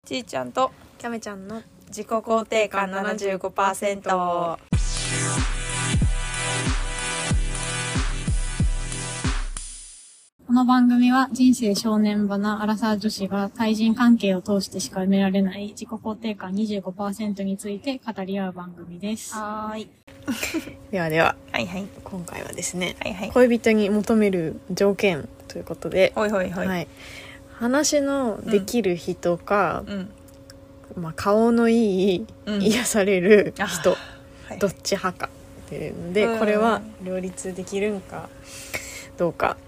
ちーちゃんとキャメちゃんの自己肯定感 75%。 この番組は人生正念場なアラサー女子が対人関係を通してしか埋められない自己肯定感 25% について語り合う番組です。 はーい。 ではでは、 はいはい。 今回はですね、 はいはい。 恋人に求める条件ということで、 ほいほいほい。 はい、話のできる人か、 うん。 顔のいい、 うん癒される人、 はい、 どっち派かっていうので、これは両立できるんかどうか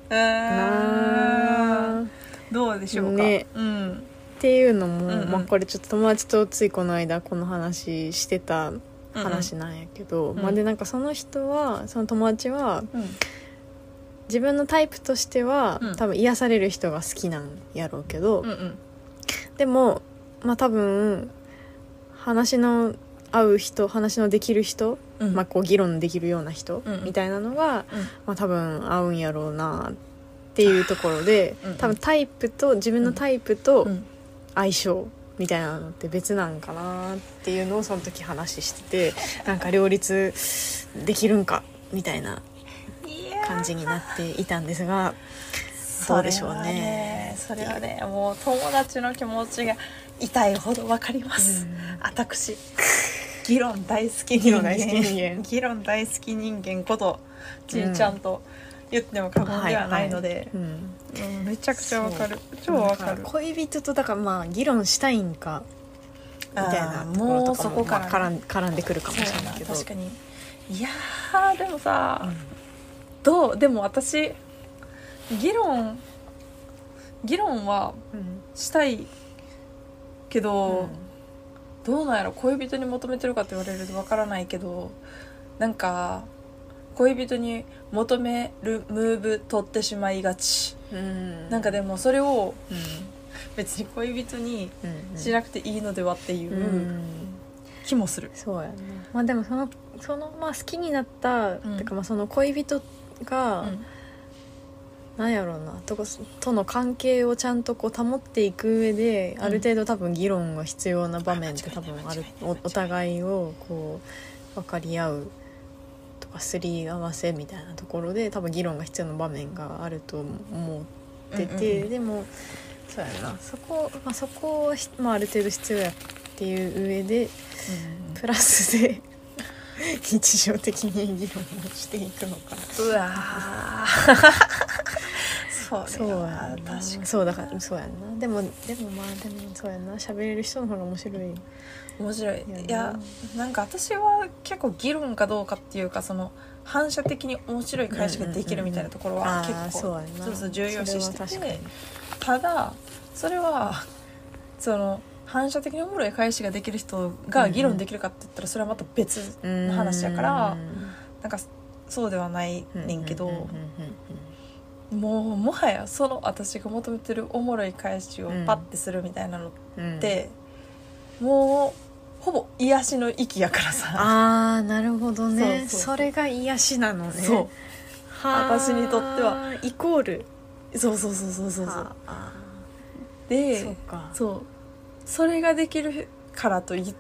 などうでしょうか、 ね、 うん、 っていうのも、 うんうん、 これちょっと友達とついこの間この話してた話なんやけど、でなんかその人はその友達は、自分のタイプとしては、多分癒される人が好きなんやろうけど、でも多分話の合う人、話のできる人、こう議論できるような人、みたいなのが、多分合うんやろうなっていうところで、多分タイプと自分のタイプと相性みたいなのって別なんかなっていうのをその時話してて、なんか両立できるんかみたいな感じになっていたんですが、どうでしょうね。 それはね、もう友達の気持ちが痛いほど分かります。私議論大好き人間議論大好き人間ことちーちゃんと言っても過言ではないので、めちゃくちゃ分かる。超分かる。 恋人とだから議論したいんかみたいなところとかも絡んでくるかもしれないけど、 確かに。いやでもさ、でも私議論はしたいけど、どうなんやろ、恋人に求めてるかって言われるとわからないけど、なんか恋人に求めるムーブ取ってしまいがち、なんかでもそれを、別に恋人にしなくていいのではっていう気もする。 そうやね。でもその好きになった、てかその恋人が、なんやろうなとの関係をちゃんとこう保っていく上で、ある程度多分議論が必要な場面って多分ある。お互いをこう分かり合うとかすり合わせみたいなところで多分議論が必要な場面があると思ってて、でもそうやな、そこは、ある程度必要やっていう上で、プラスで日常的に議論をしていくのかな。 うわそうやな、 そうだからそうやんな。でもそうやんな、喋れる人の方が面白い。 いや、なんか私は結構議論かどうかっていうか、その反射的に面白い返しができるみたいなところは結構そう重要視してて、ただそれはその反射的におもろい返しができる人が議論できるかって言ったらそれはまた別の話やから、なんかそうではないねんけど、もはやその私が求めてるおもろい返しをパッてするみたいなのって、もうほぼ癒しの域やからさ。 なるほどね。それが癒しなのね。 そう私にとってはイコールそうで、それができるからといって、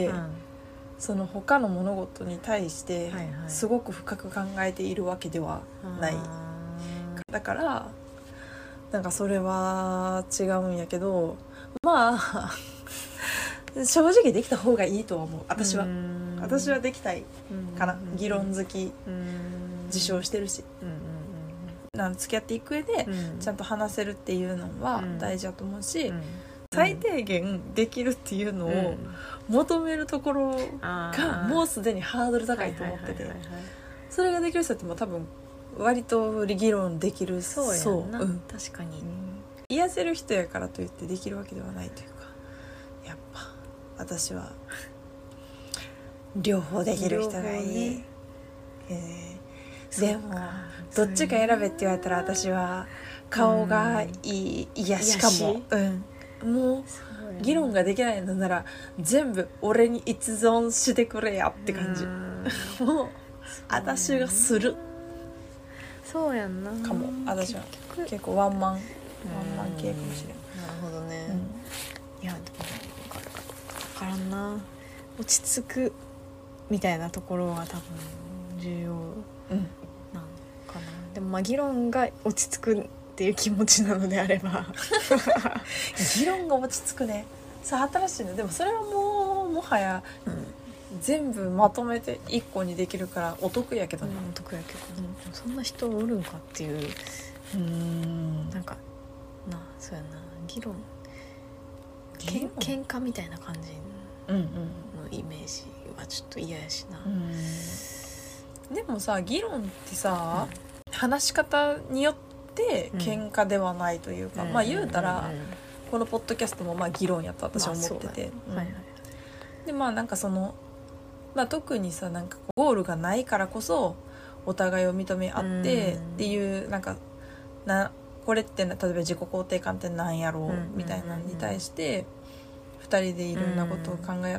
その他の物事に対してすごく深く考えているわけではない、だからなんかそれは違うんやけど、正直できた方がいいとは思う。私はできたいかな。議論好き、自称してるし、付き合っていく上でちゃんと話せるっていうのは大事だと思うし、最低限できるっていうのを求めるところがもうすでにハードル高いと思ってて、それができる人っても多分割と議論できる。 そうやな、確かに、 癒せる人やからといってできるわけではないというか、やっぱ私は両方できる人がいい、でもどっちか選べって言われたら私は顔がいい癒しかも、もう議論ができないのなら全部俺に一存してくれやって感じ。もう私がする。 そうやんなかも。私は結構ワンマン系かもしれない。 なるほどね、いやでもからんな、落ち着くみたいなところは多分重要なのかな、でもまあ議論が落ち着くっていう気持ちなのであれば議論が落ち着くね。さあ新しいね。でもそれはもはや、全部まとめて1個にできるからお得やけどね、 お得やけど、そんな人おるんかっていう、なんかな、そうやな、議論喧嘩みたいな感じのイメージはちょっと嫌やしな。 でもさ、議論ってさ、話し方によって喧嘩ではないというか、まあ言うたら、このポッドキャストもまあ議論やと私は思ってて、でまあなんかその、まあ、特にさ、なんかゴールがないからこそお互いを認め合ってっていう、なんかこれって例えば自己肯定感ってなんやろうみたいなのに対して2人でいろんなことを考え合って、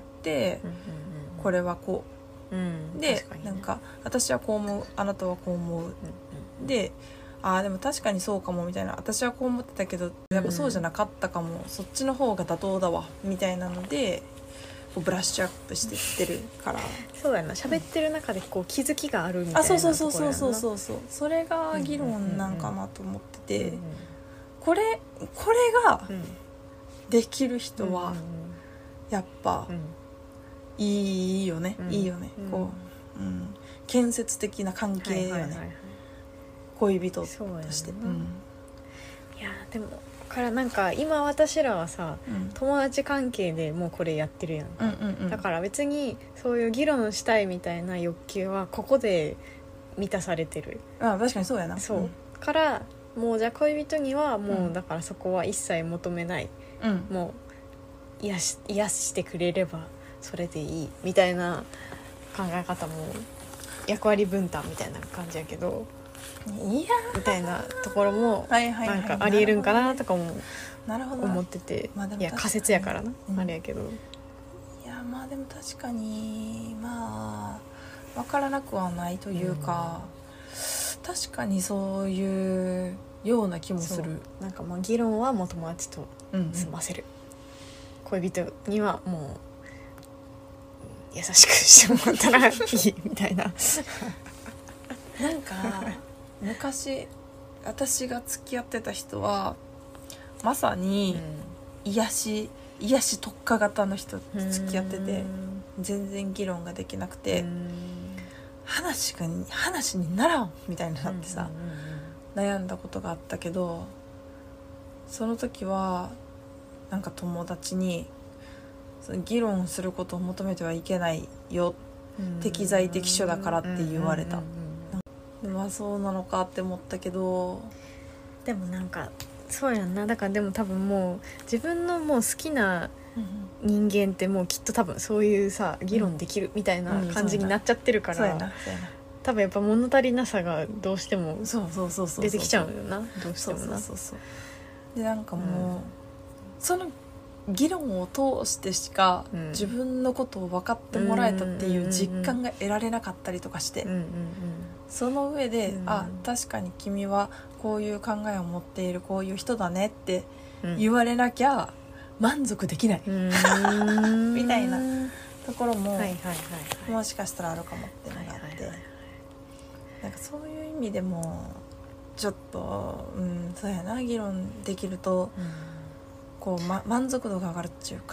これはこうで、なんか私はこう思う、あなたはこう思う、ででも確かにそうかもみたいな、私はこう思ってたけどでもそうじゃなかったかも、そっちの方が妥当だわみたいなのでこうブラッシュアップしていってるから、 そうやな、喋ってる中でこう気づきがあるみたいなところやな。 そうそれが議論なんかなと思ってて、これができる人はやっぱいいよね、いいよね、こう、建設的な関係よね、恋人として、いやでもからなんか今私らはさ、友達関係でもうこれやってるやんか、だから別にそういう議論したいみたいな欲求はここで満たされてる。 確かにそうやな。 そう、からもうじゃあ恋人にはもうだからそこは一切求めない、もう癒してくれればそれでいいみたいな考え方も役割分担みたいな感じやけど、みたいなところもなんかありえるんかなとかも思ってて、いや仮説やからな、あれやけど、 いやまあでも確かにまあ分からなくはないというか、確かにそういうような気もする。 なんかまあ議論はもう友達と済ませる、恋人にはもう優しくしてもらったらいいみたいななんか昔私が付き合ってた人はまさに癒し特化型の人と付き合ってて、全然議論ができなくて、話にならんみたいになってさ、悩んだことがあったけど、その時はなんか友達にその議論することを求めてはいけないよ、適材適所だからって言われた。まあそうなのかって思ったけど、 でもなんかそうやんな。だからでも多分もう自分のもう好きな人間ってもうきっと多分そういうさ議論できるみたいな感じになっちゃってるから、多分やっぱ物足りなさがどうしても出てきちゃうよな、どうしてもな。 でなんかもう、その議論を通してしか自分のことを分かってもらえたっていう実感が得られなかったりとかして、その上で、確かに君はこういう考えを持っているこういう人だねって言われなきゃ満足できないみたいなところももしかしたらあるかもっていうのがあって、なんかそういう意味でもちょっと、そうやな、議論できると、こう、満足度が上がるっていうか、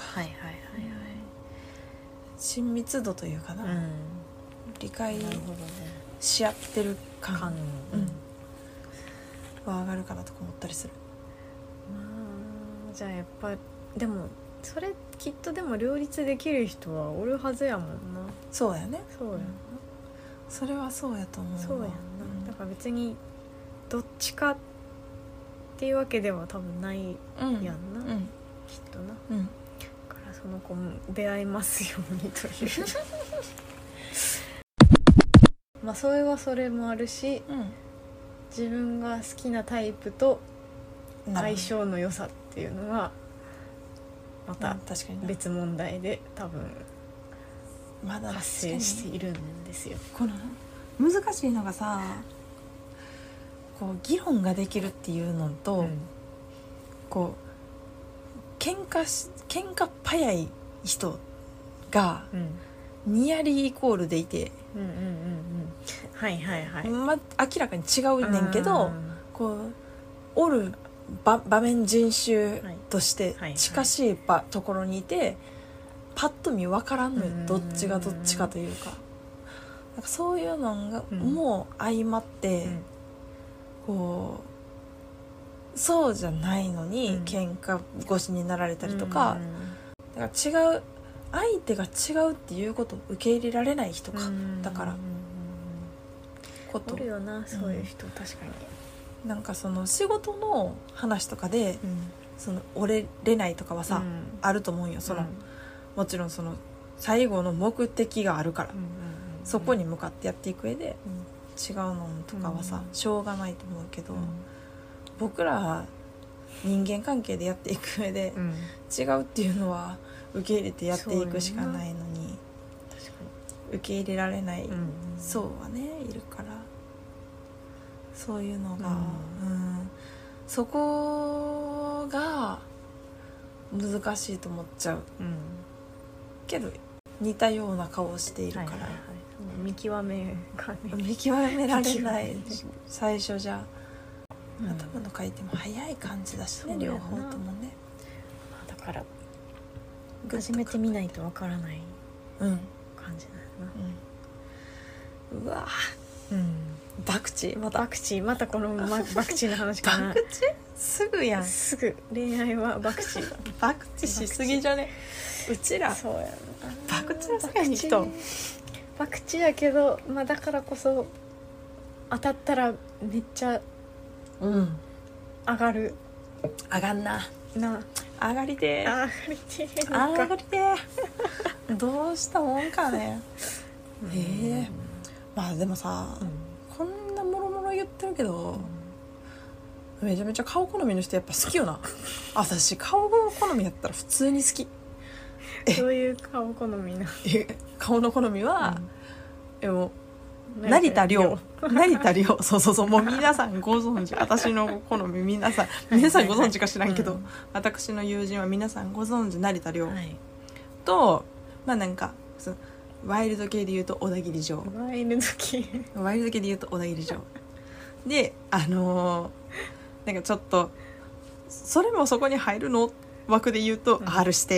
親密度というかな、理解し合ってる感は上がるかなとか思ったりする。 じゃあやっぱでもそれきっとでも両立できる人はおるはずやもんな。 そうやね、 そうやな、 それはそうやと思う。 そうやんな、だから別にどっちかっていうわけでは多分ないやんな、きっとな、だからその子も出会えますようにというまあそれはそれもあるし、自分が好きなタイプと相性の良さっていうのはまた別問題で多分発生しているんですよ。 この難しいのがさ、こう議論ができるっていうのと、こう喧嘩早い人がニアリーイコールでいて、 はいはいはい、 明らかに違うねんけど、こうおる場面人種として近しいところにいて、パッと見分からんのよ、どっちがどっちかというか、なんかそういうのがもう相まって、こうそうじゃないのに喧嘩腰になられたりとか、だから違う相手が違うっていうことを受け入れられない人か、だからことおるよな、そういう人、確かに。 なんかその仕事の話とかで、その折れないとかはさ、あると思うよ。その、もちろんその最後の目的があるから、そこに向かってやっていく上で、違うのとかはさ、しょうがないと思うけど、僕ら人間関係でやっていく上で、違うっていうのは受け入れてやっていくしかないのに、受け入れられない層はねいるから、そういうのが、そこが難しいと思っちゃう、けど似たような顔をしているから、 見極められない最初じゃ、頭の回転も早い感じだしね、両方ともね。 だから初めて見ないとわからない感じだよな。 うわ、バクチまたこのバクチの話かな。 バクチすぐやん、 すぐ恋愛はバクチバクチしすぎじゃね。うちらそうやな、 バクチは好きな人バクチやけど、だからこそ当たったらめっちゃ上がる、 上がんな上がりてどうしたもんかね。まあでもさ、こんなもろもろ言ってるけど、めちゃめちゃ顔好みの人やっぱ好きよな。私顔好みやったら普通に好き。 どういう顔好みな？ 顔の好みは、もう成田凌そうもう皆さんご存知、私の好み皆さんご存知か知らんけど、私の友人は皆さんご存知成田凌と、なんかワイルド系で言うと小田切城、 ワイルド系で言うと小田切城で、なんかちょっとそれもそこに入るの枠で言うと R して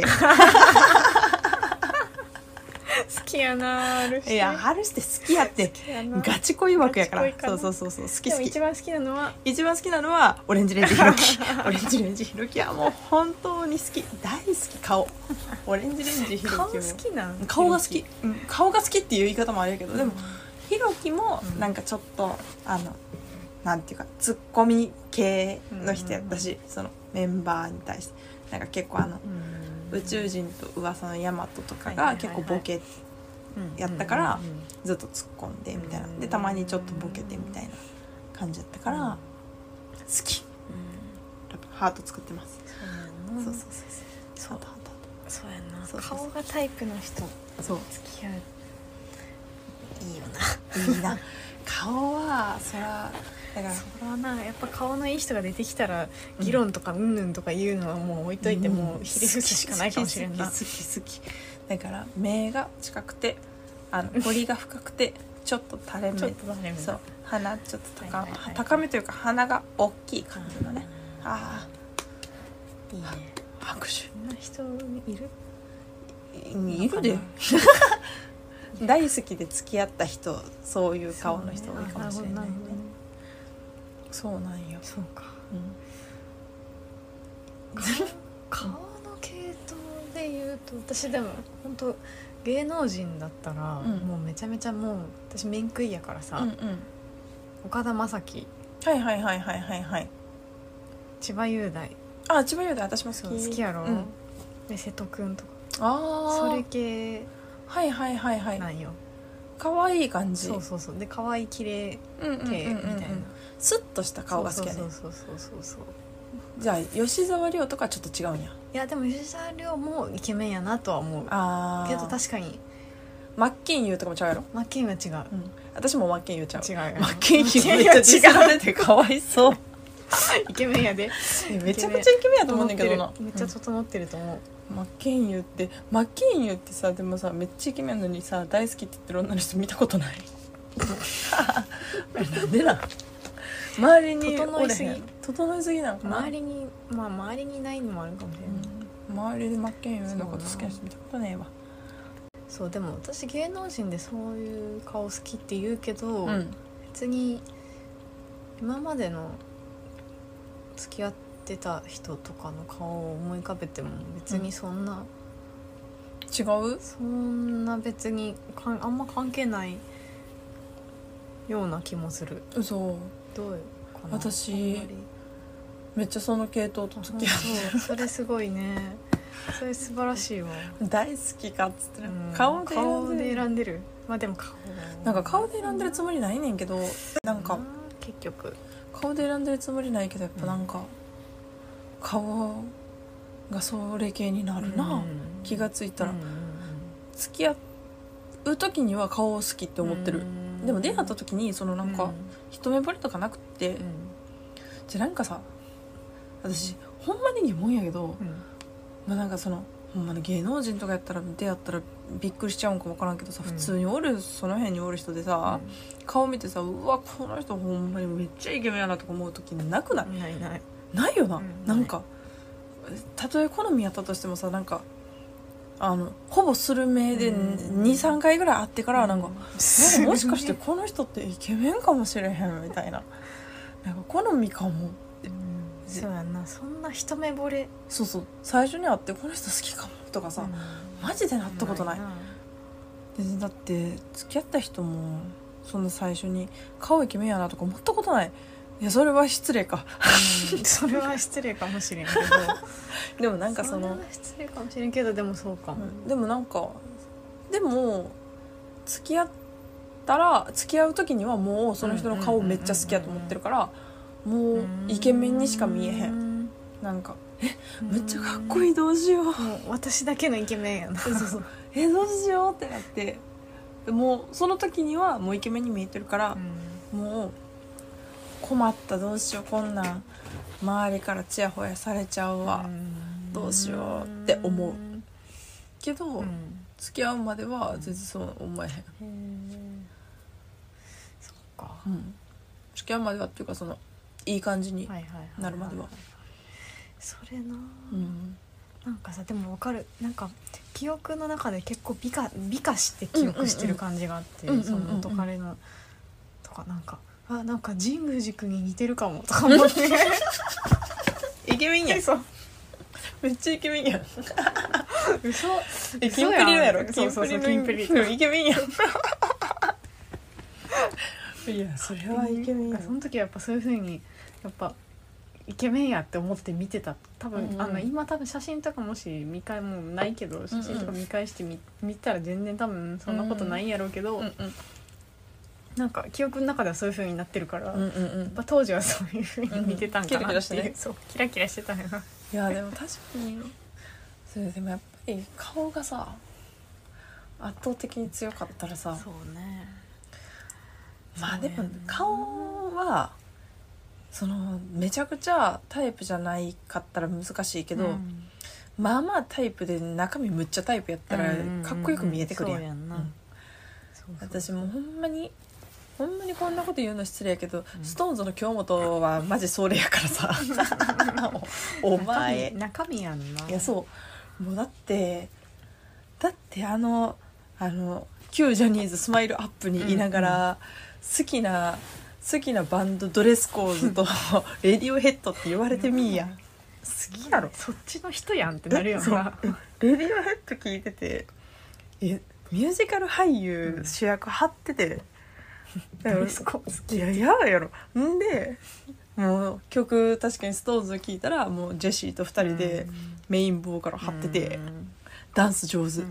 好きやな、R して。 いや、Rして好きやってガチ恋枠やから。そう好き。でも一番好きなのはオレンジレンジひろきオレンジレンジひろきはもう本当に好き、大好き。顔オレンジレンジひろきも顔好きなん？ 顔が好き、顔が好きっていう言い方もあるけど、でもひろきもなんかちょっとなんていうかツッコミ系の人やったし、そのメンバーに対してなんか結構宇宙人と噂のヤマトとかが結構ボケやったからずっと突っ込んでみたいなで、たまにちょっとボケてみたいな感じだったから好き、ハート作ってます。 そうやな、顔がタイプの人付き合ういいな顔はそらだからそれはな、やっぱ顔のいい人が出てきたら議論とかうんぬんとか言うのはもう置いといて、もうひれ伏すしかないかもしれんな。 好きだから目が近くて彫りが深くてちょっと垂れ目、そう鼻ちょっと高めというか鼻が大きい感じのね。いいね。拍手。 そんな人いるで大好きで付き合った人、そういう顔の人多いかもしれないね。そうなんよ。 そうか、顔の系統で言うと、私でも本当芸能人だったら、もうめちゃめちゃもう私面食いやからさ、岡田将生、 はい千葉雄大、 千葉雄大私も好きやろ、で瀬戸くんとか、それ系なんよ。 可愛い感じ。 そうで可愛い綺麗系みたいな、 スッとした顔が好きやね。 そうじゃあ吉沢亮とかちょっと違うんや。 いやでも吉沢亮もイケメンやなとは思うけど、確かにマッケンユーとかもちゃうやろ。 マッケンユーは違う、 私もマッケンユーちゃう。 違うマッケンユーめっちゃディスられてかわいそうイケメンやでめちゃくちゃイケメンやと思うんだけどな。 めっちゃ整ってると思う。 真剣佑ってさ、でもさめっちゃイケメンのにさ大好きって言ってる女の人見たことないなんでなん周りに整いすぎ整いすぎなんかな。 周りにないのもあるかもしれない、 周りで真剣佑のこと好きな人見たことねえわ。 そうでも私芸能人でそういう顔好きって言うけど、別に今までの付き合ってた人とかの顔を思い浮かべても別にそんな、 違う？ そんな別にあんま関係ないような気もする。 嘘。 どうかな。 私めっちゃその系統と付き合ってそれすごいねそれ素晴らしいわ。 大好きかっつってる、顔で選んでる。まあでもなんか顔で選んでるつもりないねんけど、なんか結局顔で選んでるつもりないけどやっぱなんか、顔がそれ系になるな、気がついたら、付き合う時には顔を好きって思ってる、でも出会った時にそのなんか、一目惚れとかなくって、じゃなんかさ、私ほんまに疑問やけど、まあなんかそのほんまに芸能人とかやったら出会ったらびっくりしちゃうんか分からんけどさ、普通にその辺におる人でさ、顔見てさ、うわこの人ほんまにめっちゃイケメンやなとか思う時なくない？ないよな、なんかたとえ好みやったとしてもさ、なんかほぼスルメで 2,3 回ぐらい会ってからなんか、もしかしてこの人ってイケメンかもしれへんみたいな、なんか好みかも、 そうやんな。そんな一目惚れ、 そう最初に会ってこの人好きかもとかさ、マジでなったことない。でだって付き合った人もそんな最初に顔イケメンやなとか思ったことない。いやそれは失礼か、 それは失礼かもしれんけどでもなんかそれは失礼かもしれんけど、でもそうかも、 でもなんかでも付き合う時にはもうその人の顔めっちゃ好きやと思ってるから、もうイケメンにしか見えへん。なんかめっちゃかっこいい、どうしよう、もう私だけのイケメンやな。 そうどうしようってなって、もうその時にはもうイケメンに見えてるから、もう困った、どうしよう、こんなん周りからチヤホヤされちゃうわ、どうしようって思うけど、付き合うまでは全然そう思えへん。 そっか、 付き合うまではっていうか、そのいい感じになるまでは。 それな、なんかさ、でも分かる。なんか記憶の中で結構美化して記憶してる感じがあって、その元彼のとか、なんかなんか神宮寺君に似てるかもとか思ってイケメンやんめっちゃイケメンやん嘘キンプリのやろ、 キンプリイケメンやんいやそれはイケメンやん。 その時はやっぱそういう風にやっぱイケメンやって思って見てた。多分、今多分写真とかもし見返もないけど、写真とか見返して見たら全然多分そんなことないんやろうけど、なんか記憶の中ではそういう風になってるから、やっぱ当時はそういう風に見てたんかなっていう、そうキラキラしてたんやな。 いやでも確かにそれでもやっぱり顔がさ圧倒的に強かったらさ、 そうね、 まあでも顔はそのめちゃくちゃタイプじゃないかったら難しいけど、まあまあタイプで中身むっちゃタイプやったらかっこよく見えてくるやん。私もほんまにこんなこと言うの失礼やけど、ストーンズの京本はマジそれやからさお前中身やんな。 いやそうもうだって旧ジャニーズスマイルアップにいながら、好きなバンドドレスコーズとレディオヘッドって言われてみーや、好きやろ、 そっちの人やんってなるよな。 レディオヘッド聞いてて、ミュージカル俳優主役張ってて、ドレスコーズいややろ。んでもう曲確かにストーンズ聞いたらもうジェシーと2人でメインボーカル張ってて、ダンス上手、好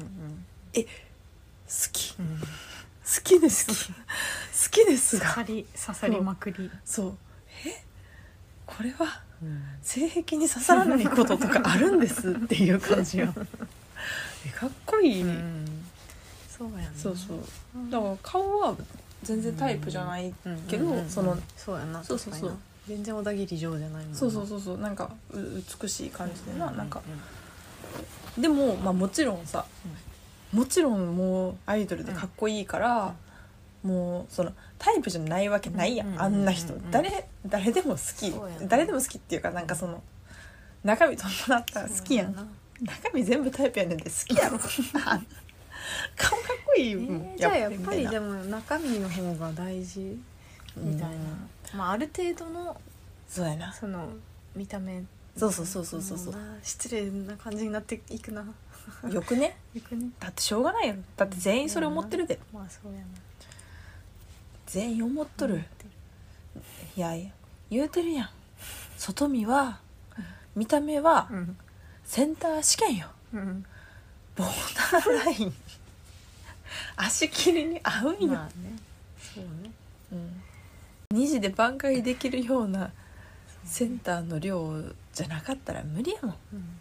きです刺さりまくり。 そうこれは性癖に刺さらないこととかあるんですっていう感じよかっこいい、 そうやね。 そうだから顔は全然タイプじゃないけど、 そうやな。 そう全然小田切城じゃないもんな。 そうなんか美しい感じでな、なんかでも、まあ、もちろんさ、もちろんもうアイドルでかっこいいから、もうそのタイプじゃないわけないやん、あんな人、誰でも好き、誰でも好きっていうか、なんかその中身伴ったら好きやん、中身全部タイプやねんで好きやろ顔かっこいい、 じゃあやっぱりでも中身の方が大事みたいな、まあある程度のそうやな、 その見た目、 そう失礼な感じになっていくなよくねだってしょうがないよ、だって全員それ思ってるで、 まあそうやな、 全員思っとる、いや言うてるやん、外見は見た目はセンター試験よ、ボーダーライン足切りに合うんよ、 まあね、そうね、 2時で挽回できるようなセンターの量じゃなかったら無理やもん、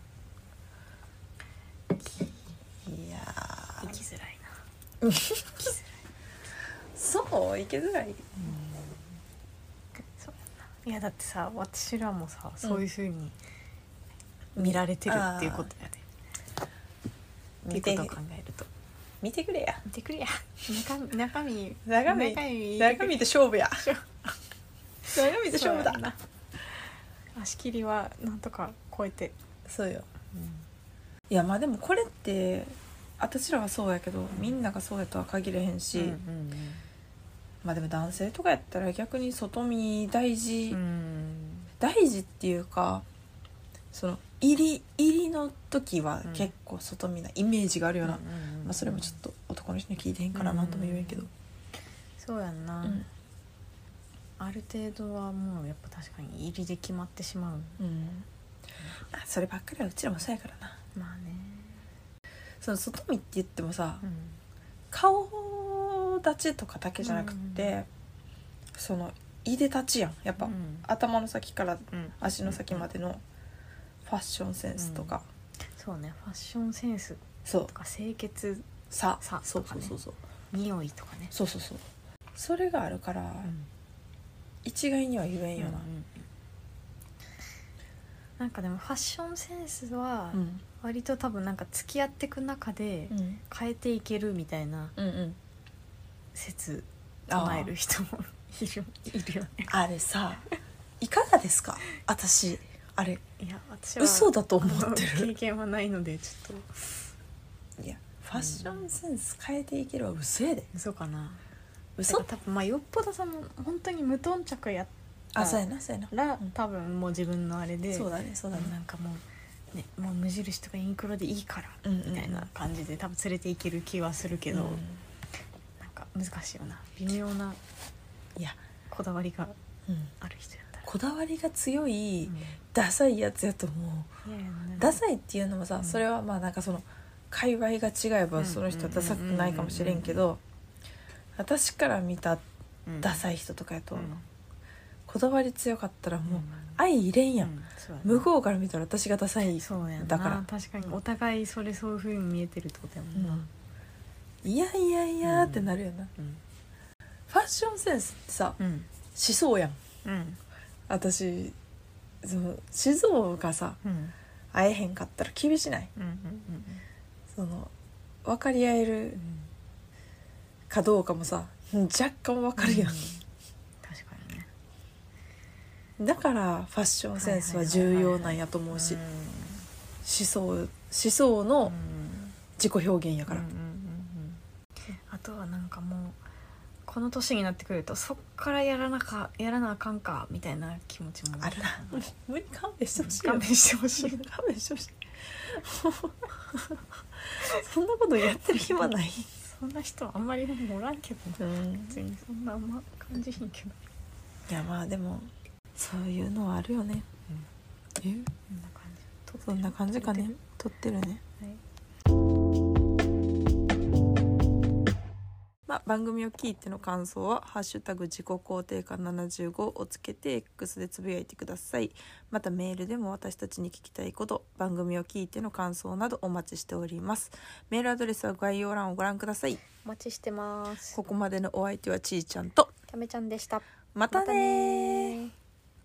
いや生きづらいなそう生きづらい、 そうやな、いやだってさ、私らもさ、そういう風に見られてるっていうことやで、っていうことを考えると見てくれや、 見てくれや、中身で勝負や中身で勝負だな、足切りはなんとか超えて、 そうよ、いやまあでもこれって私らはそうやけど、みんながそうやとは限れへんし、まあでも男性とかやったら逆に外見大事、大事っていうか、その入りの時は結構外見なイメージがあるような、まあ、それもちょっと男の人に聞いてへんからなんとも言えんけど、 そうやんな、ある程度はもうやっぱ確かに入りで決まってしまう、 そればっかりはうちらもそうやからな。 まあね、 その外見って言ってもさ、顔立ちとかだけじゃなくって、そのいでたちやんやっぱ、頭の先から足の先までのファッションセンスとか、 そうね、ファッションセンスとか清潔さとかね、匂いとかね、 それがあるから、一概には言えんよな、 なんかでもファッションセンスは割と多分なんか付き合っていく中で変えていけるみたいな説唱える人もいるよね。 あれさいかがですか？私あれ、 いや私は嘘だと思ってる経験はないのでちょっと、いやファッションセンス変えていけるは嘘やで。 嘘かな、 嘘多分まあよっぽどその本当に無頓着やったそうやなら、多分もう自分のあれで、 そうだねなんかもうね、もう無印とかインクロでいいからみたいな感じで多分連れていける気はするけど、なんか難しいよな、微妙な、 いやこだわりがある人やったら、 こだわりが強い、ダサいやつやと思う。ダサいっていうのもさ、それはまあなんかその界隈が違えばその人はダサくないかもしれんけど、私から見たダサい人とかやと、こだわり強かったらもう相入れんやん、向こうから見たら私がダサいだから、 確かにお互いそういう風に見えてるってことやもんな、 いやいやいやってなるよな、ファッションセンスってさ、しそうやん、私その思想がさ、会えへんかったら厳しない、その分かり合えるかどうかもさ若干分かるやん、 確かにね、 だからファッションセンスは重要なんやと思うし、思想の自己表現やから、 あとはなんかもうこの年になってくるとそっからやらなあかんかみたいな気持ちもあるな。無理、勘弁してほしい、 勘弁してほしい勘弁してほしいそんなことやってる暇ないそんな人あんまりおらんけど、別にそんなあんま感じひんけど、 いやまあでもそういうのはあるよね、そんな感じかね、撮ってるね、まあ、番組を聞いての感想はハッシュタグ自己肯定感75をつけて X でつぶやいてください。またメールでも私たちに聞きたいこと、番組を聞いての感想などお待ちしております。メールアドレスは概要欄をご覧ください。 お待ちしてます。 ここまでのお相手はちーちゃんとキャメちゃんでした。 またね。